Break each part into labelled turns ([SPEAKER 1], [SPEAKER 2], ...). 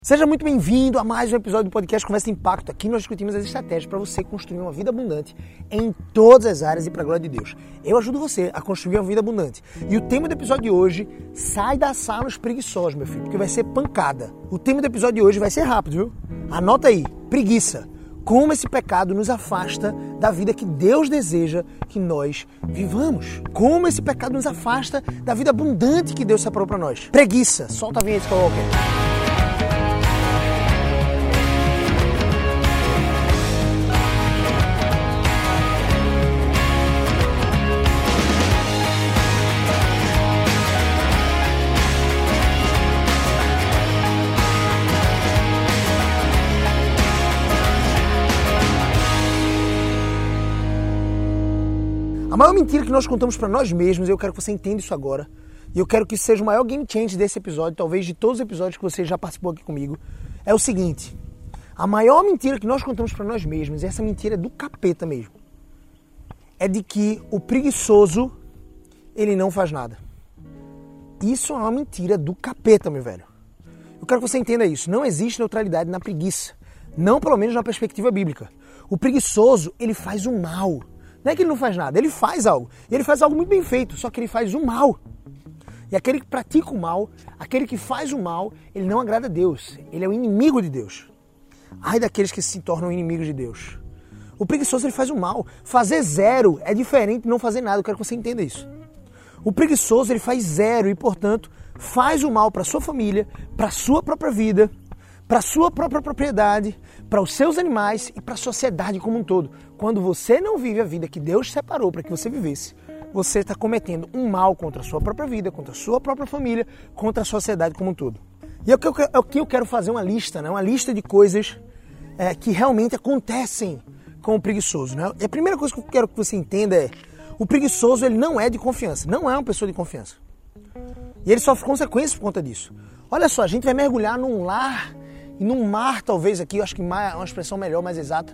[SPEAKER 1] Seja muito bem-vindo a mais um episódio do podcast Conversa de Impacto. Aqui nós discutimos as estratégias para você construir uma vida abundante em todas as áreas e para a glória de Deus. Eu ajudo você a construir uma vida abundante. E o tema do episódio de hoje, sai da sala os preguiçosos, meu filho, porque vai ser pancada. O tema do episódio de hoje vai ser rápido, viu? Anota aí, preguiça. Como esse pecado nos afasta da vida que Deus deseja que nós vivamos. Como esse pecado nos afasta da vida abundante que Deus separou para nós. Preguiça. Solta a vinheta, Walker. A maior mentira que nós contamos para nós mesmos, eu quero que você entenda isso agora, e eu quero que isso seja o maior game change desse episódio, talvez de todos os episódios que você já participou aqui comigo, é o seguinte: a maior mentira que nós contamos para nós mesmos, e essa mentira é do capeta mesmo, é de que o preguiçoso, ele não faz nada. Isso é uma mentira do capeta, meu velho. Eu quero que você entenda isso. Não existe neutralidade na preguiça, não pelo menos na perspectiva bíblica. O preguiçoso, ele faz o mal. Não é que ele não faz nada, ele faz algo. E ele faz algo muito bem feito, só que ele faz o mal. E aquele que pratica o mal, aquele que faz o mal, ele não agrada a Deus. Ele é o inimigo de Deus. Ai daqueles que se tornam inimigos de Deus. O preguiçoso, ele faz o mal. Fazer zero é diferente de não fazer nada. Eu quero que você entenda isso. O preguiçoso, ele faz zero e, portanto, faz o mal para sua família, para a sua própria vida, para a sua própria propriedade, para os seus animais e para a sociedade como um todo. Quando você não vive a vida que Deus separou para que você vivesse, você está cometendo um mal contra a sua própria vida, contra a sua própria família, contra a sociedade como um todo. E é o que eu quero fazer uma lista, né? Uma lista de coisas que realmente acontecem com o preguiçoso. Né? E a primeira coisa que eu quero que você entenda é: o preguiçoso, ele não é de confiança, não é uma pessoa de confiança. E ele sofre consequências por conta disso. Olha só, a gente vai mergulhar num lar e num mar, talvez aqui, eu acho que mar é uma expressão melhor, mais exata,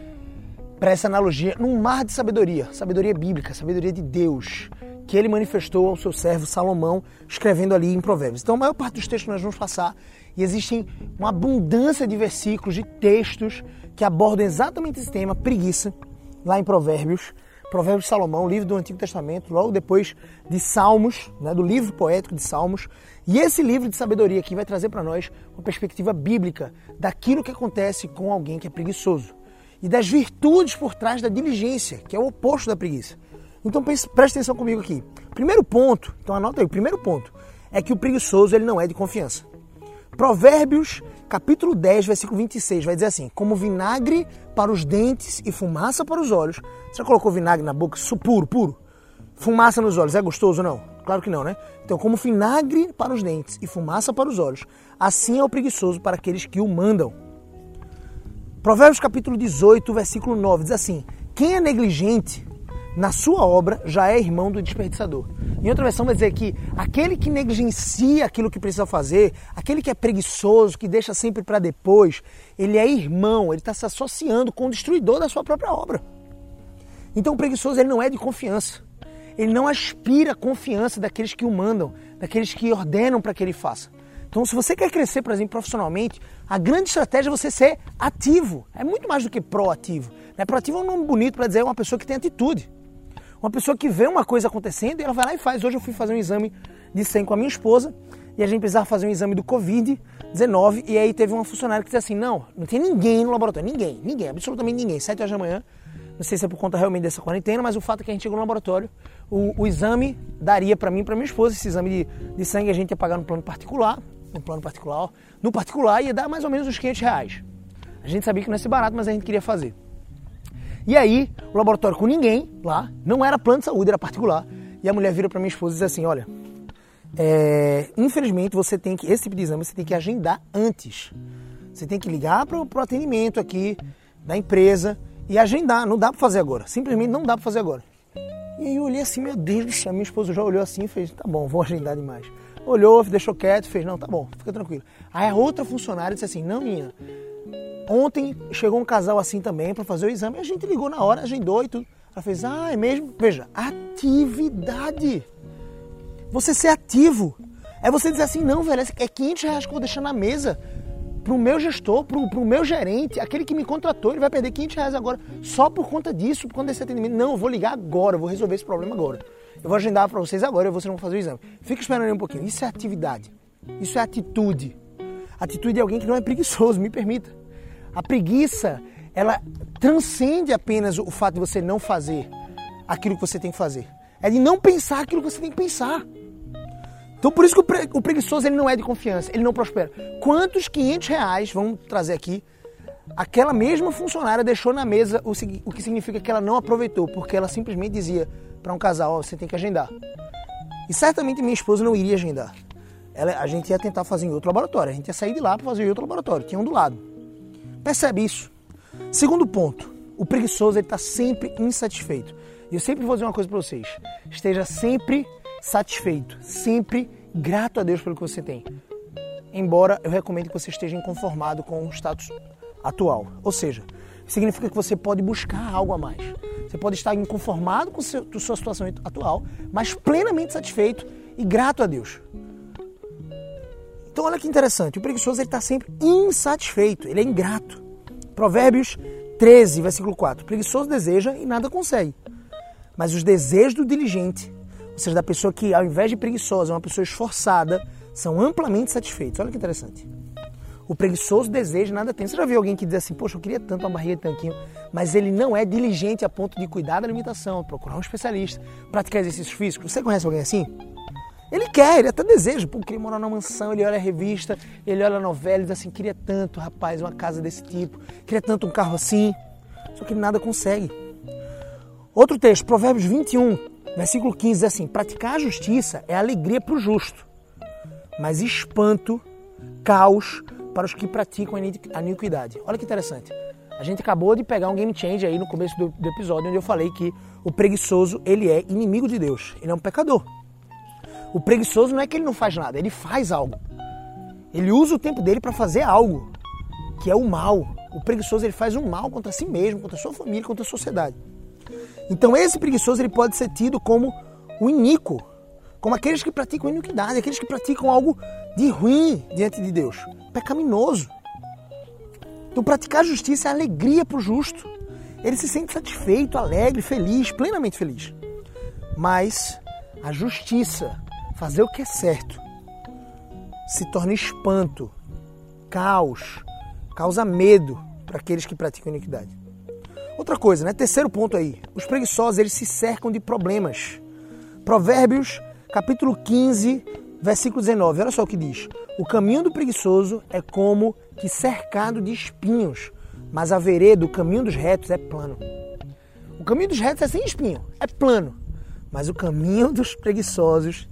[SPEAKER 1] para essa analogia, num mar de sabedoria bíblica, sabedoria de Deus, que ele manifestou ao seu servo Salomão, escrevendo ali em Provérbios. Então a maior parte dos textos que nós vamos passar, e existem uma abundância de versículos, de textos, que abordam exatamente esse tema, preguiça, lá em Provérbios de Salomão, livro do Antigo Testamento, logo depois de Salmos, né, do livro poético de Salmos. E esse livro de sabedoria aqui vai trazer para nós uma perspectiva bíblica daquilo que acontece com alguém que é preguiçoso e das virtudes por trás da diligência, que é o oposto da preguiça. Então preste atenção comigo aqui. Primeiro ponto, então anota aí, o primeiro ponto é que o preguiçoso, ele não é de confiança. Provérbios, capítulo 10, versículo 26, vai dizer assim: como vinagre para os dentes e fumaça para os olhos. Você já colocou vinagre na boca? Puro. Fumaça nos olhos, é gostoso ou não? Claro que não, né? Então, como vinagre para os dentes e fumaça para os olhos, assim é o preguiçoso para aqueles que o mandam. Provérbios, capítulo 18, versículo 9, diz assim: quem é negligente na sua obra já é irmão do desperdiçador. Em outra versão vai dizer que aquele que negligencia aquilo que precisa fazer, aquele que é preguiçoso, que deixa sempre para depois, ele é irmão, ele está se associando com o destruidor da sua própria obra. Então o preguiçoso, ele não é de confiança. Ele não aspira a confiança daqueles que o mandam, daqueles que ordenam para que ele faça. Então, se você quer crescer, por exemplo, profissionalmente, a grande estratégia é você ser ativo. É muito mais do que proativo. Proativo é um nome bonito para dizer uma pessoa que tem atitude. Uma pessoa que vê uma coisa acontecendo e ela vai lá e faz. Hoje eu fui fazer um exame de sangue com a minha esposa e a gente precisava fazer um exame do Covid-19 e aí teve uma funcionária que disse assim: não tem ninguém no laboratório, ninguém, absolutamente ninguém, 7 horas da manhã. Não sei se é por conta realmente dessa quarentena, mas o fato é que a gente chegou no laboratório, o exame daria para mim e para minha esposa, esse exame de sangue a gente ia pagar no particular, ia dar mais ou menos uns R$500. A gente sabia que não ia ser barato, mas a gente queria fazer. E aí, o laboratório com ninguém lá, não era plano de saúde, era particular, e a mulher vira para minha esposa e diz assim: olha, infelizmente esse tipo de exame você tem que agendar antes. Você tem que ligar para o atendimento aqui da empresa e agendar, não dá para fazer agora, simplesmente não dá para fazer agora. E aí eu olhei assim, meu Deus do céu, minha esposa já olhou assim e fez: tá bom, vou agendar demais. Olhou, deixou quieto, fez: não, tá bom, fica tranquilo. Aí a outra funcionária disse assim: não, menina, ontem chegou um casal assim também para fazer o exame, a gente ligou na hora, agendou e tudo. Ela fez: ah, é mesmo? Veja, atividade. Você ser ativo. É você dizer assim: não, velho, é R$500 que eu vou deixar na mesa. pro meu gestor, pro meu gerente, aquele que me contratou, ele vai perder R$500 agora, só por conta disso, por conta desse atendimento. Não, eu vou ligar agora, eu vou resolver esse problema agora. Eu vou agendar para vocês agora e vocês vão fazer o exame. Fica esperando aí um pouquinho. Isso é atividade. Isso é atitude. Atitude de alguém que não é preguiçoso, me permita. A preguiça, ela transcende apenas o fato de você não fazer aquilo que você tem que fazer. É de não pensar aquilo que você tem que pensar. Então por isso que o preguiçoso ele não é de confiança, ele não prospera. Quantos R$500, vamos trazer aqui, aquela mesma funcionária deixou na mesa, o que significa que ela não aproveitou, porque ela simplesmente dizia para um casal, você tem que agendar. E certamente minha esposa não iria agendar. A gente ia tentar fazer em outro laboratório, a gente ia sair de lá para fazer em outro laboratório, tinha um do lado. Percebe isso? Segundo ponto, o preguiçoso está sempre insatisfeito. E eu sempre vou dizer uma coisa para vocês, esteja sempre satisfeito, sempre grato a Deus pelo que você tem. Embora eu recomendo que você esteja inconformado com o status atual. Ou seja, significa que você pode buscar algo a mais. Você pode estar inconformado com a sua situação atual, mas plenamente satisfeito e grato a Deus. Então olha que interessante, o preguiçoso está sempre insatisfeito, ele é ingrato. Provérbios 13, versículo 4. O preguiçoso deseja e nada consegue. Mas os desejos do diligente, ou seja, da pessoa que ao invés de preguiçosa é uma pessoa esforçada, são amplamente satisfeitos. Olha que interessante. O preguiçoso deseja e nada tem. Você já viu alguém que diz assim, poxa, eu queria tanto uma barriga de tanquinho, mas ele não é diligente a ponto de cuidar da alimentação, procurar um especialista, praticar exercícios físicos. Você conhece alguém assim? Ele quer, ele até deseja. Pô, queria morar numa mansão, ele olha a revista, ele olha a novela e diz assim, queria tanto, rapaz, uma casa desse tipo, queria tanto um carro assim, só que ele nada consegue. Outro texto, Provérbios 21, versículo 15, diz assim, praticar a justiça é alegria para o justo, mas espanto, caos para os que praticam a iniquidade. Olha que interessante. A gente acabou de pegar um game change aí no começo do episódio, onde eu falei que o preguiçoso, ele é inimigo de Deus, ele é um pecador. O preguiçoso não é que ele não faz nada, ele faz algo. Ele usa o tempo dele para fazer algo, que é o mal. O preguiçoso ele faz um mal contra si mesmo, contra a sua família, contra a sociedade. Então esse preguiçoso ele pode ser tido como o iníquo, como aqueles que praticam iniquidade, aqueles que praticam algo de ruim diante de Deus, pecaminoso. Então praticar justiça é alegria para o justo. Ele se sente satisfeito, alegre, feliz, plenamente feliz. Mas a justiça, fazer o que é certo, se torna espanto, caos, causa medo para aqueles que praticam iniquidade. Outra coisa, né? Terceiro ponto aí. Os preguiçosos, eles se cercam de problemas. Provérbios, capítulo 15, versículo 19. Olha só o que diz. O caminho do preguiçoso é como que cercado de espinhos, mas a vereda, o caminho dos retos, é plano. O caminho dos retos é sem espinho, é plano. Mas o caminho dos preguiçosos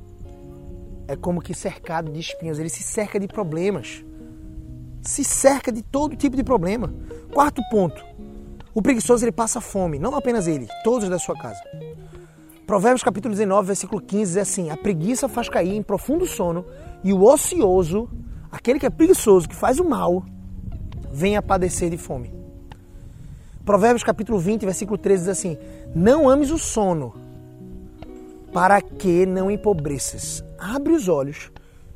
[SPEAKER 1] é como que cercado de espinhos. Ele se cerca de problemas. Se cerca de todo tipo de problema. Quarto ponto. O preguiçoso ele passa fome. Não apenas ele, todos da sua casa. Provérbios capítulo 19, versículo 15 diz assim. A preguiça faz cair em profundo sono e o ocioso, aquele que é preguiçoso, que faz o mal, vem a padecer de fome. Provérbios capítulo 20, versículo 13 diz assim. Não ames o sono, para que não empobreças. Abre os olhos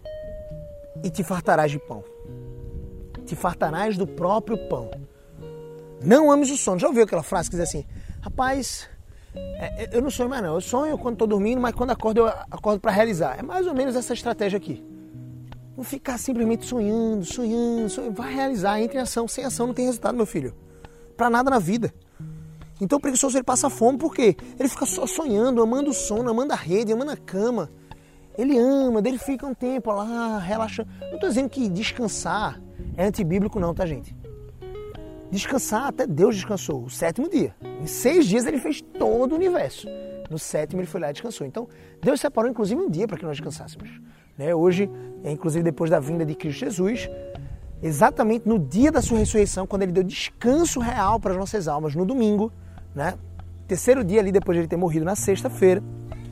[SPEAKER 1] e te fartarás de pão. Te fartarás do próprio pão. Não ames o sono. Já ouviu aquela frase que diz assim, rapaz, eu não sonho mais não. Eu sonho quando estou dormindo, mas quando acordo, eu acordo para realizar. É mais ou menos essa estratégia aqui. Não ficar simplesmente sonhando. Vai realizar, entre em ação. Sem ação não tem resultado, meu filho. Para nada na vida. Então o preguiçoso ele passa fome, por quê? Ele fica só sonhando, amando o sono, amando a rede, amando a cama. Ele ama, ele fica um tempo lá, relaxando. Não estou dizendo que descansar é antibíblico não, tá gente? Descansar, até Deus descansou, o sétimo dia. Em 6 dias ele fez todo o universo. No sétimo ele foi lá e descansou. Então Deus separou inclusive um dia para que nós descansássemos. Né? Hoje, inclusive depois da vinda de Cristo Jesus, exatamente no dia da sua ressurreição, quando ele deu descanso real para as nossas almas, no domingo, né? Terceiro dia ali depois de ele ter morrido na sexta-feira,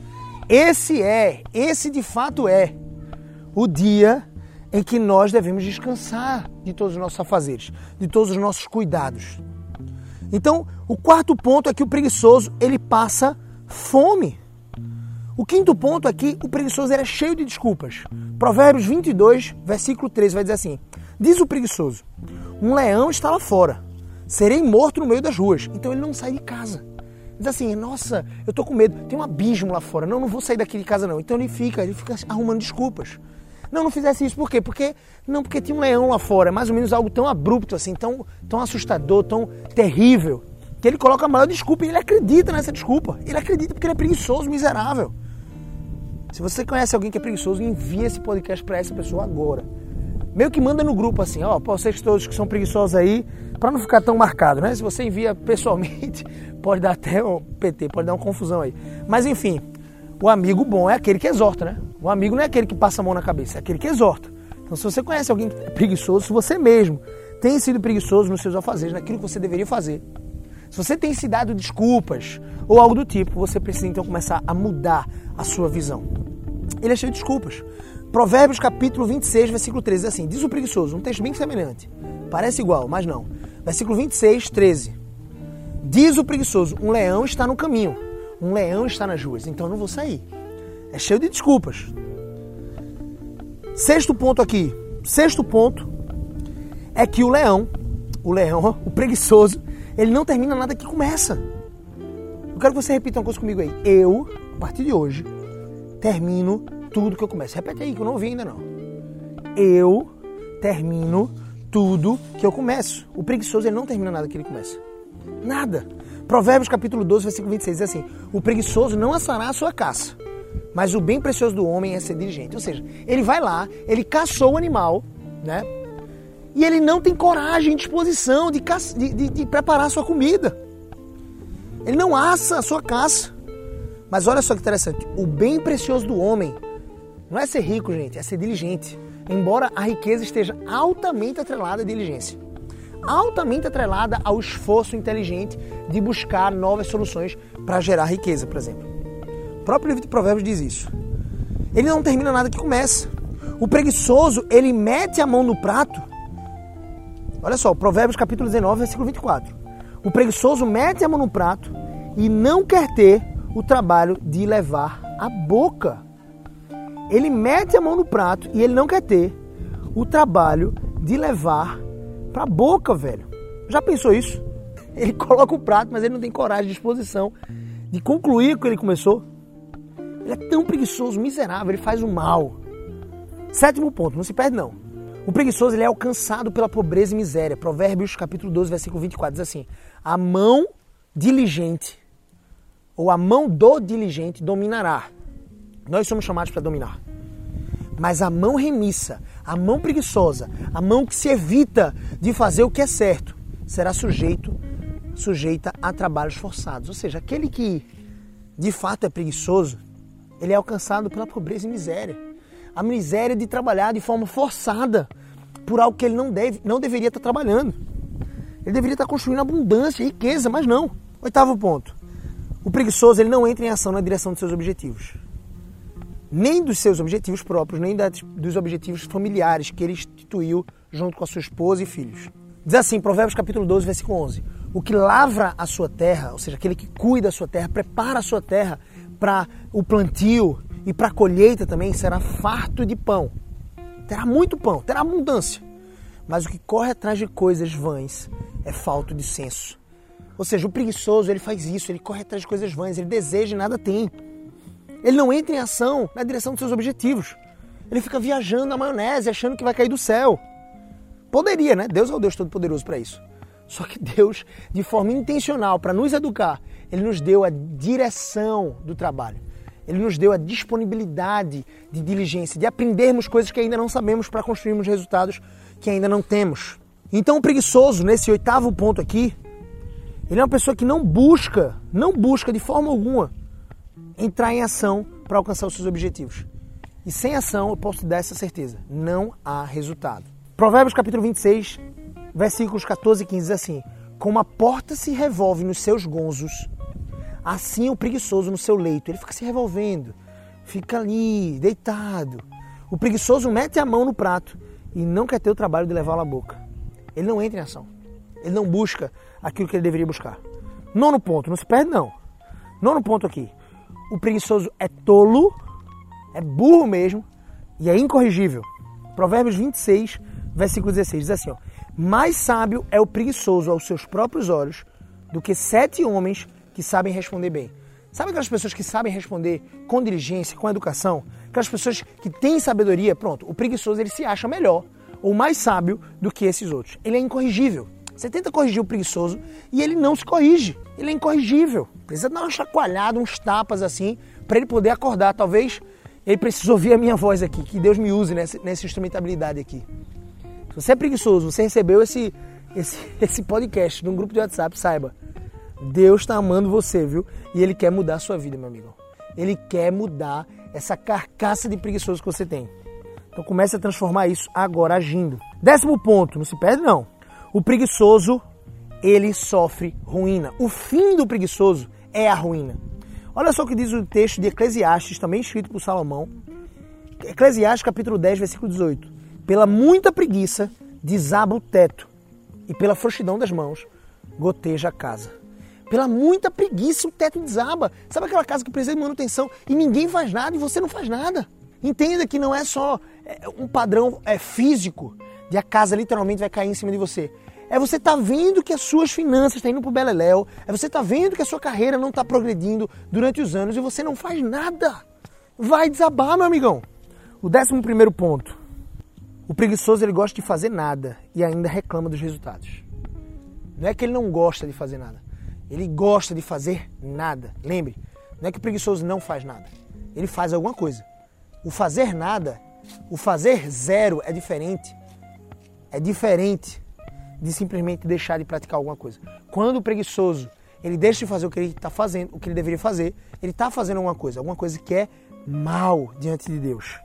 [SPEAKER 1] esse de fato é o dia em que nós devemos descansar de todos os nossos afazeres, de todos os nossos cuidados. Então, o quarto ponto é que o preguiçoso, ele passa fome. O quinto ponto é que o preguiçoso é cheio de desculpas. Provérbios 22, versículo 13, vai dizer assim, Diz o preguiçoso, um leão está lá fora, serei morto no meio das ruas. Então ele não sai de casa. Diz assim, nossa, eu tô com medo, tem um abismo lá fora, não vou sair daqui de casa não. Então ele fica arrumando desculpas. Não fizesse isso, por quê? Porque tinha um leão lá fora, é mais ou menos algo tão abrupto assim, tão assustador, tão terrível, que ele coloca a maior desculpa e ele acredita nessa desculpa. Ele acredita porque ele é preguiçoso, miserável. Se você conhece alguém que é preguiçoso, envia esse podcast para essa pessoa agora. Meio que manda no grupo assim, ó, para vocês todos que são preguiçosos aí, para não ficar tão marcado, né? Se você envia pessoalmente, pode dar até um PT, pode dar uma confusão aí. Mas enfim, o amigo bom é aquele que exorta, né? O amigo não é aquele que passa a mão na cabeça, é aquele que exorta. Então se você conhece alguém que é preguiçoso, se você mesmo tem sido preguiçoso nos seus afazeres, naquilo que você deveria fazer, se você tem se dado desculpas ou algo do tipo, você precisa então começar a mudar a sua visão. Ele é cheio de desculpas. Provérbios capítulo 26, versículo 13, diz assim, diz o preguiçoso, um texto bem semelhante, parece igual, mas não. Versículo 26, 13, diz o preguiçoso, um leão está no caminho, um leão está nas ruas, então eu não vou sair. É cheio de desculpas. Sexto ponto é que o leão, o preguiçoso, ele não termina nada que começa. Eu quero que você repita uma coisa comigo aí. Eu, a partir de hoje, termino tudo que eu começo. Repete aí, que eu não ouvi ainda não. Eu termino tudo que eu começo. O preguiçoso, ele não termina nada que ele começa. Nada. Provérbios capítulo 12, versículo 26, diz assim, o preguiçoso não assará a sua caça, mas o bem precioso do homem é ser diligente. Ou seja, ele vai lá, ele caçou o animal, né? E ele não tem coragem, disposição de preparar a sua comida. Ele não assa a sua caça. Mas olha só que interessante, o bem precioso do homem não é ser rico, gente, é ser diligente. Embora a riqueza esteja altamente atrelada à diligência. Altamente atrelada ao esforço inteligente de buscar novas soluções para gerar riqueza, por exemplo. O próprio livro de Provérbios diz isso. Ele não termina nada que começa. O preguiçoso, ele mete a mão no prato. Olha só, Provérbios capítulo 19, versículo 24. O preguiçoso mete a mão no prato e não quer ter o trabalho de levar a boca. Ele mete a mão no prato e ele não quer ter o trabalho de levar para a boca, velho. Já pensou isso? Ele coloca o prato, mas ele não tem coragem, disposição de concluir o que ele começou. Ele é tão preguiçoso, miserável, ele faz o mal. Sétimo ponto, não se perde não. O preguiçoso, ele é alcançado pela pobreza e miséria. Provérbios capítulo 12, versículo 24, diz assim, a mão diligente, ou a mão do diligente dominará. Nós somos chamados para dominar. Mas a mão remissa, a mão preguiçosa, a mão que se evita de fazer o que é certo, será sujeita a trabalhos forçados. Ou seja, aquele que de fato é preguiçoso, ele é alcançado pela pobreza e miséria. A miséria de trabalhar de forma forçada por algo que ele não deveria estar trabalhando. Ele deveria estar construindo abundância, riqueza, mas não. Oitavo ponto. O preguiçoso, ele não entra em ação na direção dos seus objetivos. Nem dos seus objetivos próprios, nem dos objetivos familiares que ele instituiu junto com a sua esposa e filhos. Diz assim, Provérbios capítulo 12, versículo 11. O que lavra a sua terra, ou seja, aquele que cuida da sua terra, prepara a sua terra para o plantio e para a colheita também, será farto de pão. Terá muito pão, terá abundância. Mas o que corre atrás de coisas vãs é falto de senso. Ou seja, o preguiçoso, ele faz isso, ele corre atrás de coisas vãs, ele deseja e nada tem. Ele não entra em ação na direção dos seus objetivos. Ele fica viajando na maionese, achando que vai cair do céu. Poderia, né? Deus é o Deus Todo-Poderoso para isso. Só que Deus, de forma intencional, para nos educar, Ele nos deu a direção do trabalho. Ele nos deu a disponibilidade de diligência, de aprendermos coisas que ainda não sabemos para construirmos resultados que ainda não temos. Então o preguiçoso, nesse oitavo ponto aqui, ele é uma pessoa que não busca de forma alguma entrar em ação para alcançar os seus objetivos. E sem ação, eu posso te dar essa certeza, não há resultado. Provérbios capítulo 26, versículos 14 e 15 diz assim, como a porta se revolve nos seus gonzos, assim o preguiçoso no seu leito. Ele fica se revolvendo, fica ali, deitado. O preguiçoso mete a mão no prato e não quer ter o trabalho de levá-lo à boca. Ele não entra em ação. Ele não busca aquilo que ele deveria buscar. Nono ponto, não se perde não. Nono ponto aqui. O preguiçoso é tolo, é burro mesmo e é incorrigível. Provérbios 26, versículo 16, diz assim, ó, mais sábio é o preguiçoso aos seus próprios olhos do que 7 homens que sabem responder bem. Sabe aquelas pessoas que sabem responder com diligência, com educação? Aquelas pessoas que têm sabedoria? Pronto, o preguiçoso ele se acha melhor ou mais sábio do que esses outros. Ele é incorrigível. Você tenta corrigir o preguiçoso e ele não se corrige. Ele é incorrigível. Precisa dar uma chacoalhada, uns tapas assim, para ele poder acordar. Talvez ele precise ouvir a minha voz aqui, que Deus me use nessa instrumentabilidade aqui. Se você é preguiçoso, você recebeu esse podcast num grupo de WhatsApp, saiba, Deus está amando você, viu? E Ele quer mudar a sua vida, meu amigo. Ele quer mudar essa carcaça de preguiçoso que você tem. Então comece a transformar isso agora agindo. 10º ponto, não se perde não. O preguiçoso, ele sofre ruína. O fim do preguiçoso é a ruína. Olha só o que diz o texto de Eclesiastes, também escrito por Salomão. Eclesiastes capítulo 10, versículo 18. Pela muita preguiça desaba o teto e pela frouxidão das mãos goteja a casa. Pela muita preguiça o teto desaba. Sabe aquela casa que precisa de manutenção e ninguém faz nada e você não faz nada? Entenda que não é só um padrão físico de a casa literalmente vai cair em cima de você. É você tá vendo que as suas finanças estão indo pro beleléu. É você tá vendo que a sua carreira não está progredindo durante os anos e você não faz nada. Vai desabar, meu amigão. O 11º ponto. O preguiçoso ele gosta de fazer nada e ainda reclama dos resultados. Não é que ele não gosta de fazer nada. Ele gosta de fazer nada. Lembre, não é que o preguiçoso não faz nada. Ele faz alguma coisa. O fazer nada, o fazer zero é diferente. É diferente de simplesmente deixar de praticar alguma coisa. Quando o preguiçoso ele deixa de fazer o que ele está fazendo, o que ele deveria fazer, ele está fazendo alguma coisa que é mal diante de Deus.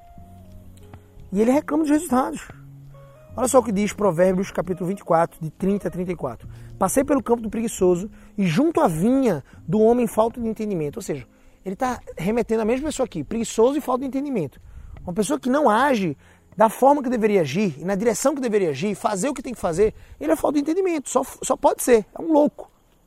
[SPEAKER 1] E ele reclama dos resultados. Olha só o que diz Provérbios capítulo 24, de 30 a 34. Passei pelo campo do preguiçoso e junto à vinha do homem falta de entendimento. Ou seja, ele está remetendo a mesma pessoa aqui, preguiçoso e falta de entendimento. Uma pessoa que não age da forma que deveria agir, e na direção que deveria agir, fazer o que tem que fazer, ele é falta de entendimento, só pode ser, é um louco.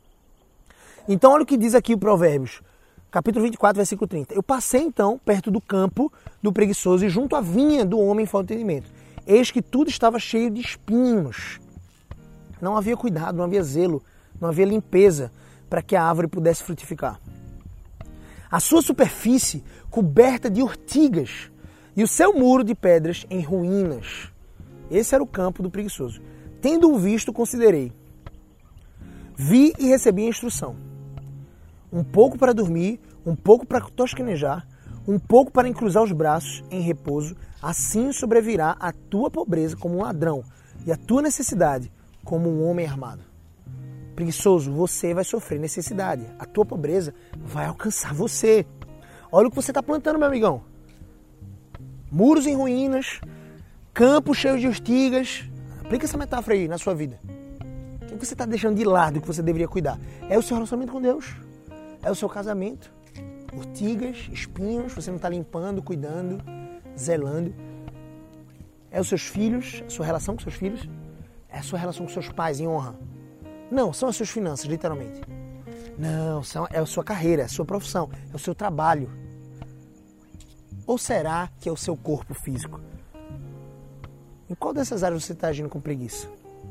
[SPEAKER 1] Então olha o que diz aqui o Provérbios, capítulo 24, versículo 30. Eu passei então perto do campo do preguiçoso e junto à vinha do homem falta de entendimento. Eis que tudo estava cheio de espinhos. Não havia cuidado, não havia zelo, não havia limpeza para que a árvore pudesse frutificar. A sua superfície coberta de urtigas e o seu muro de pedras em ruínas. Esse era o campo do preguiçoso. Tendo-o visto, considerei. Vi e recebi a instrução. Um pouco para dormir, um pouco para tosquenejar, um pouco para encruzar os braços em repouso. Assim sobrevirá a tua pobreza como um ladrão e a tua necessidade como um homem armado. Preguiçoso, você vai sofrer necessidade. A tua pobreza vai alcançar você. Olha o que você está plantando, meu amigão. Muros em ruínas, campos cheios de urtigas. Aplica essa metáfora aí na sua vida. O que você está deixando de lado que você deveria cuidar? É o seu relacionamento com Deus. É o seu casamento. Urtigas, espinhos, você não está limpando, cuidando, zelando. É os seus filhos, a sua relação com seus filhos. É a sua relação com seus pais em honra. Não, são as suas finanças, literalmente. Não, é a sua carreira, é a sua profissão, é o seu trabalho. Ou será que é o seu corpo físico? Em qual dessas áreas você está agindo com preguiça?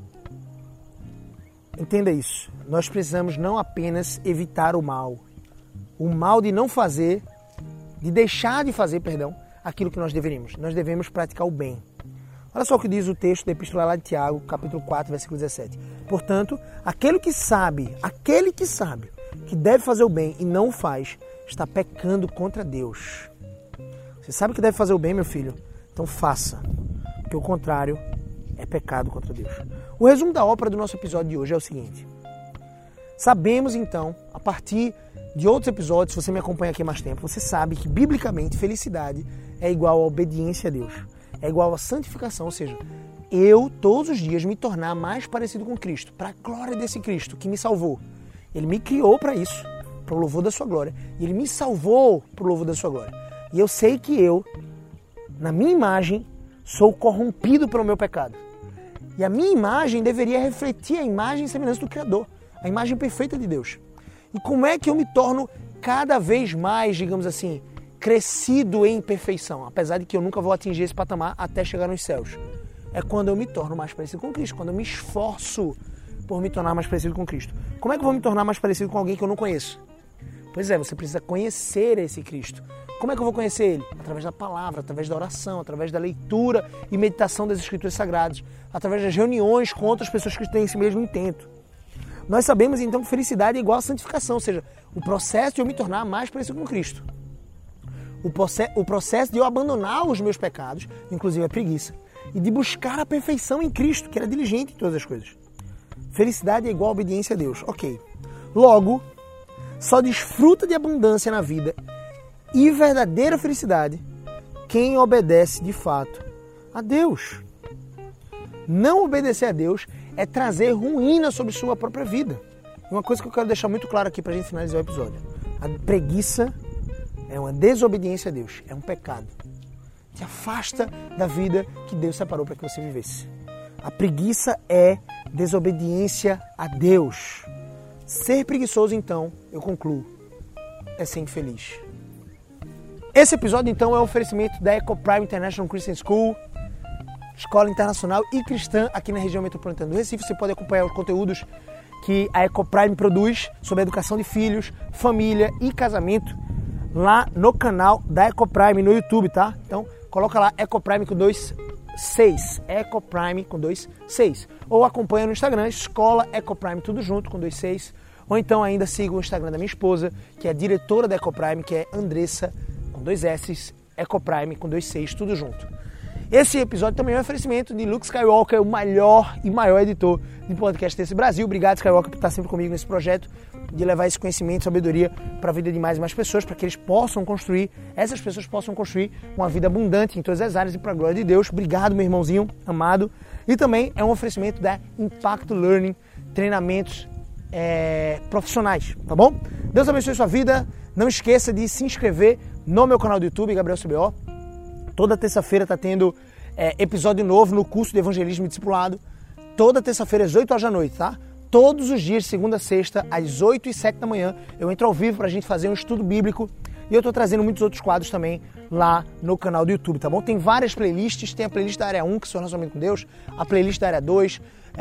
[SPEAKER 1] Entenda isso. Nós precisamos não apenas evitar o mal de não fazer, de deixar de fazer, aquilo que nós deveríamos. Nós devemos praticar o bem. Olha só o que diz o texto da Epístola lá de Tiago, capítulo 4, versículo 17. Portanto, aquele que sabe que deve fazer o bem e não o faz, está pecando contra Deus. Você sabe que deve fazer o bem, meu filho? Então faça, porque o contrário é pecado contra Deus. O resumo da ópera do nosso episódio de hoje é o seguinte. Sabemos então, a partir de outros episódios, se você me acompanha aqui há mais tempo, você sabe que biblicamente felicidade é igual a obediência a Deus. É igual a santificação, ou seja, eu todos os dias me tornar mais parecido com Cristo, para a glória desse Cristo que me salvou. Ele me criou para isso, para o louvor da sua glória, e Ele me salvou para o louvor da sua glória. E eu sei que eu, na minha imagem, sou corrompido pelo meu pecado. E a minha imagem deveria refletir a imagem e semelhança do Criador, a imagem perfeita de Deus. E como é que eu me torno cada vez mais, digamos assim, crescido em perfeição, apesar de que eu nunca vou atingir esse patamar até chegar nos céus. é quando eu me torno mais parecido com Cristo, quando eu me esforço por me tornar mais parecido com Cristo. Como é que eu vou me tornar mais parecido com alguém que eu não conheço? Pois é, você precisa conhecer esse Cristo. Como é que eu vou conhecer ele? Através da palavra, através da oração, através da leitura e meditação das Escrituras Sagradas, através das reuniões com outras pessoas que têm esse mesmo intento. Nós sabemos então que felicidade é igual a santificação, ou seja, o processo de eu me tornar mais parecido com Cristo. O processo de eu abandonar os meus pecados, inclusive a preguiça, e de buscar a perfeição em Cristo, que era diligente em todas as coisas. Felicidade é igual a obediência a Deus. Ok. Logo, só desfruta de abundância na vida e verdadeira felicidade quem obedece de fato a Deus. Não obedecer a Deus é trazer ruína sobre sua própria vida. Uma coisa que eu quero deixar muito claro aqui para a gente finalizar o episódio. A preguiça é uma desobediência a Deus, é um pecado. Te afasta da vida que Deus separou para que você vivesse. A preguiça é desobediência a Deus. Ser preguiçoso, então, eu concluo, é ser infeliz. Esse episódio, então, é um oferecimento da Ecoprime International Christian School, escola internacional e cristã aqui na região metropolitana do Recife. Você pode acompanhar os conteúdos que a Ecoprime produz sobre educação de filhos, família e casamento lá no canal da Ecoprime no YouTube, tá? Então, coloca lá Ecoprime com 2,6. Ecoprime com 2,6. Ou acompanha no Instagram, Escola Ecoprime, tudo junto, com 2,6. Ou então ainda siga o Instagram da minha esposa, que é a diretora da Ecoprime, que é Andressa, com 2S, Ecoprime com 2,6, tudo junto. Esse episódio também é um oferecimento de Luke Skywalker, o melhor e maior editor de podcast desse Brasil. Obrigado, Skywalker, por estar sempre comigo nesse projeto de levar esse conhecimento e sabedoria para a vida de mais e mais pessoas, para que essas pessoas possam construir uma vida abundante em todas as áreas e para a glória de Deus. Obrigado, meu irmãozinho amado. E também é um oferecimento da Impact Learning, treinamentos profissionais, tá bom? Deus abençoe sua vida. Não esqueça de se inscrever no meu canal do YouTube, Gabriel CBO. Toda terça-feira está tendo episódio novo no curso de Evangelismo e Discipulado. Toda terça-feira às 8 horas da noite, tá? Todos os dias, segunda a sexta, às 8 e 7 da manhã, eu entro ao vivo para a gente fazer um estudo bíblico. E eu estou trazendo muitos outros quadros também lá no canal do YouTube, tá bom? Tem várias playlists. Tem a playlist da área 1, que é o seu relacionamento com Deus. A playlist da área 2,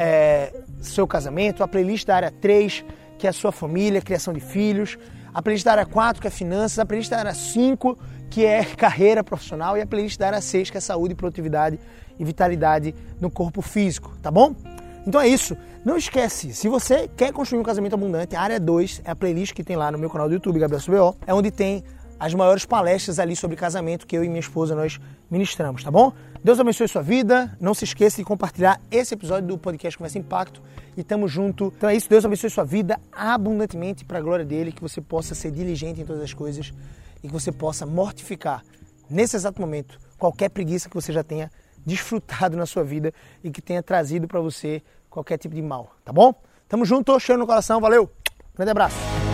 [SPEAKER 1] seu casamento. A playlist da área 3, que é a sua família, criação de filhos. A playlist da área 4, que é finanças. A playlist da área 5, que é carreira profissional. E a playlist da área 6, que é saúde, produtividade e vitalidade no corpo físico, tá bom? Então é isso. Não esquece, se você quer construir um casamento abundante, a área 2 é a playlist que tem lá no meu canal do YouTube, Gabriel CBO. É onde tem as maiores palestras ali sobre casamento que eu e minha esposa nós ministramos, tá bom? Deus abençoe sua vida. Não se esqueça de compartilhar esse episódio do podcast Conversa Impacto. E tamo junto. Então é isso. Deus abençoe sua vida abundantemente para a glória dele. Que você possa ser diligente em todas as coisas. E que você possa mortificar, nesse exato momento, qualquer preguiça que você já tenha desfrutado na sua vida e que tenha trazido para você qualquer tipo de mal, tá bom? Tamo junto, cheiro no coração, valeu, grande abraço.